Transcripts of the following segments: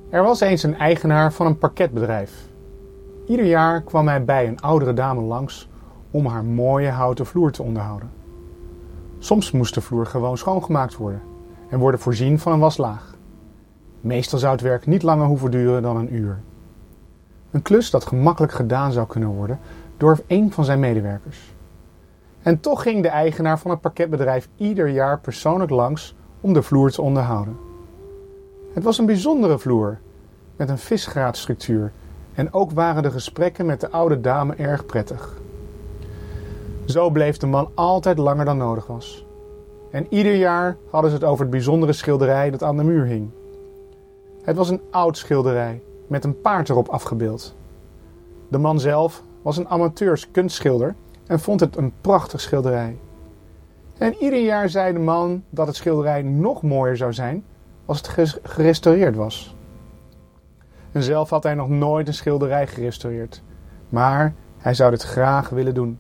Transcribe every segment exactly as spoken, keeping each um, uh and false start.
Er was eens een eigenaar van een parketbedrijf. Ieder jaar kwam hij bij een oudere dame langs om haar mooie houten vloer te onderhouden. Soms moest de vloer gewoon schoongemaakt worden en worden voorzien van een waslaag. Meestal zou het werk niet langer hoeven duren dan een uur. Een klus dat gemakkelijk gedaan zou kunnen worden door een van zijn medewerkers. En toch ging de eigenaar van het parketbedrijf ieder jaar persoonlijk langs om de vloer te onderhouden. Het was een bijzondere vloer met een visgraatstructuur en ook waren de gesprekken met de oude dame erg prettig. Zo bleef de man altijd langer dan nodig was. En ieder jaar hadden ze het over het bijzondere schilderij dat aan de muur hing. Het was een oud schilderij met een paard erop afgebeeld. De man zelf was een amateurs kunstschilder en vond het een prachtig schilderij. En ieder jaar zei de man dat het schilderij nog mooier zou zijn als het gerestaureerd was. En zelf had hij nog nooit een schilderij gerestaureerd, maar hij zou dit graag willen doen.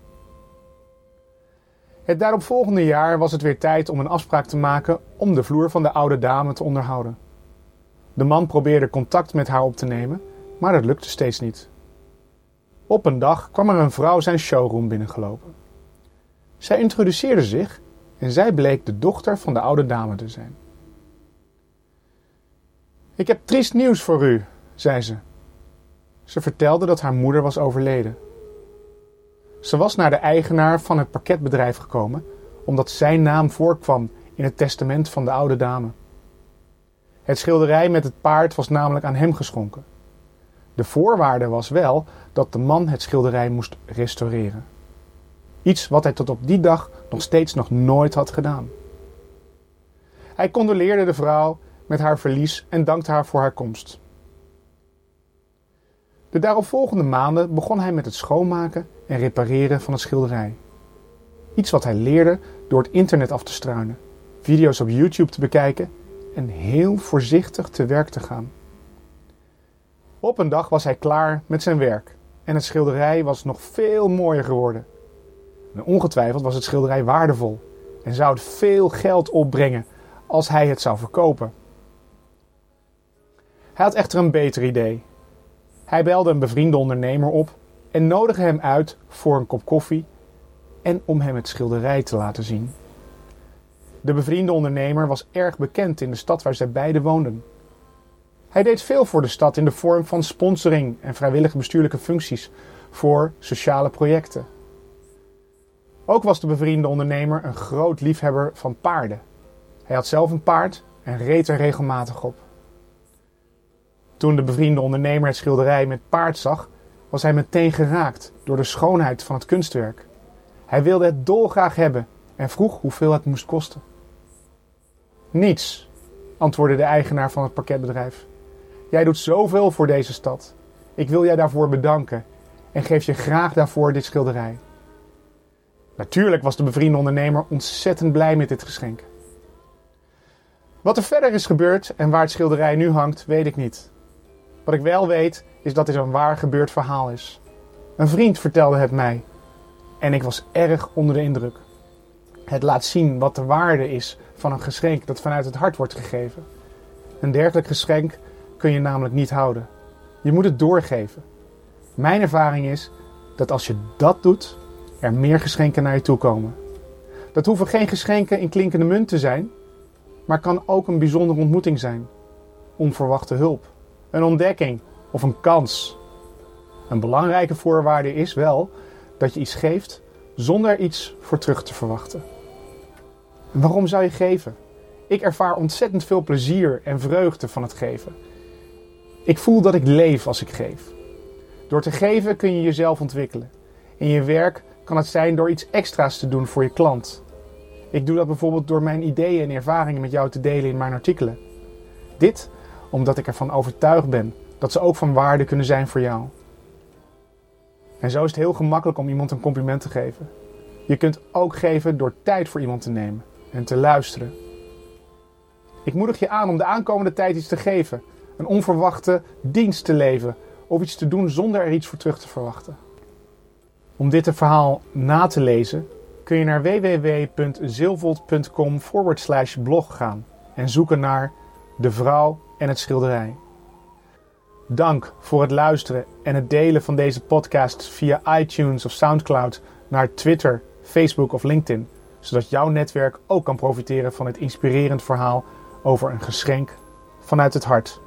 Het daaropvolgende jaar was het weer tijd om een afspraak te maken om de vloer van de oude dame te onderhouden. De man probeerde contact met haar op te nemen, maar dat lukte steeds niet. Op een dag kwam er een vrouw zijn showroom binnengelopen. Zij introduceerde zich en zij bleek de dochter van de oude dame te zijn. "Ik heb triest nieuws voor u," zei ze. Ze vertelde dat haar moeder was overleden. Ze was naar de eigenaar van het parketbedrijf gekomen, omdat zijn naam voorkwam in het testament van de oude dame. Het schilderij met het paard was namelijk aan hem geschonken. De voorwaarde was wel dat de man het schilderij moest restaureren. Iets wat hij tot op die dag nog steeds nog nooit had gedaan. Hij condoleerde de vrouw met haar verlies en dankte haar voor haar komst. De daaropvolgende maanden begon hij met het schoonmaken en repareren van het schilderij. Iets wat hij leerde door het internet af te struinen, video's op YouTube te bekijken en heel voorzichtig te werk te gaan. Op een dag was hij klaar met zijn werk en het schilderij was nog veel mooier geworden. En ongetwijfeld was het schilderij waardevol en zou het veel geld opbrengen als hij het zou verkopen. Hij had echter een beter idee. Hij belde een bevriende ondernemer op en nodigde hem uit voor een kop koffie en om hem het schilderij te laten zien. De bevriende ondernemer was erg bekend in de stad waar zij beiden woonden. Hij deed veel voor de stad in de vorm van sponsoring en vrijwillige bestuurlijke functies voor sociale projecten. Ook was de bevriende ondernemer een groot liefhebber van paarden. Hij had zelf een paard en reed er regelmatig op. Toen de bevriende ondernemer het schilderij met paard zag, was hij meteen geraakt door de schoonheid van het kunstwerk. Hij wilde het dolgraag hebben en vroeg hoeveel het moest kosten. "Niets," antwoordde de eigenaar van het parketbedrijf. "Jij doet zoveel voor deze stad. Ik wil jij daarvoor bedanken en geef je graag daarvoor dit schilderij." Natuurlijk was de bevriende ondernemer ontzettend blij met dit geschenk. Wat er verder is gebeurd en waar het schilderij nu hangt, weet ik niet. Wat ik wel weet, is dat dit een waar gebeurd verhaal is. Een vriend vertelde het mij en ik was erg onder de indruk. Het laat zien wat de waarde is van een geschenk dat vanuit het hart wordt gegeven. Een dergelijk geschenk kun je namelijk niet houden. Je moet het doorgeven. Mijn ervaring is dat als je dat doet, er meer geschenken naar je toe komen. Dat hoeven geen geschenken in klinkende munt te zijn, maar kan ook een bijzondere ontmoeting zijn. Onverwachte hulp, een ontdekking of een kans. Een belangrijke voorwaarde is wel dat je iets geeft zonder er iets voor terug te verwachten. En waarom zou je geven? Ik ervaar ontzettend veel plezier en vreugde van het geven. Ik voel dat ik leef als ik geef. Door te geven kun je jezelf ontwikkelen. In je werk kan het zijn door iets extra's te doen voor je klant. Ik doe dat bijvoorbeeld door mijn ideeën en ervaringen met jou te delen in mijn artikelen. Dit omdat ik ervan overtuigd ben dat ze ook van waarde kunnen zijn voor jou. En zo is het heel gemakkelijk om iemand een compliment te geven. Je kunt ook geven door tijd voor iemand te nemen en te luisteren. Ik moedig je aan om de aankomende tijd iets te geven, een onverwachte dienst te leveren of iets te doen zonder er iets voor terug te verwachten. Om dit verhaal na te lezen kun je naar www.zilvold.com forward slash blog gaan en zoeken naar De Vrouw en het Schilderij. Dank voor het luisteren en het delen van deze podcast via iTunes of Soundcloud naar Twitter, Facebook of LinkedIn, zodat jouw netwerk ook kan profiteren van het inspirerend verhaal over een geschenk vanuit het hart.